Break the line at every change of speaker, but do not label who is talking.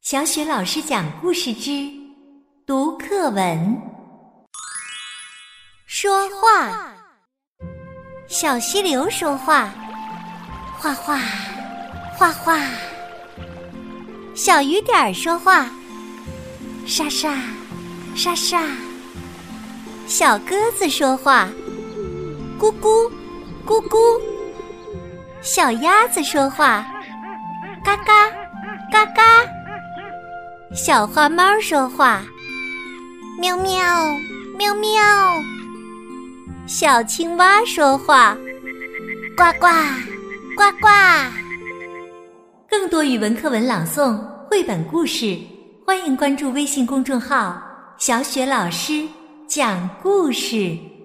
小雪老师讲故事之读课文。说话。小溪流说话，画画画画。小雨点说话，沙沙沙沙。小鸽子说话，咕咕咕咕。小鸭子说话，嘎嘎嘎嘎。小花猫说话，喵喵喵喵。小青蛙说话，呱呱呱呱。更多语文课文朗诵、绘本故事，欢迎关注微信公众号“小雪老师讲故事”。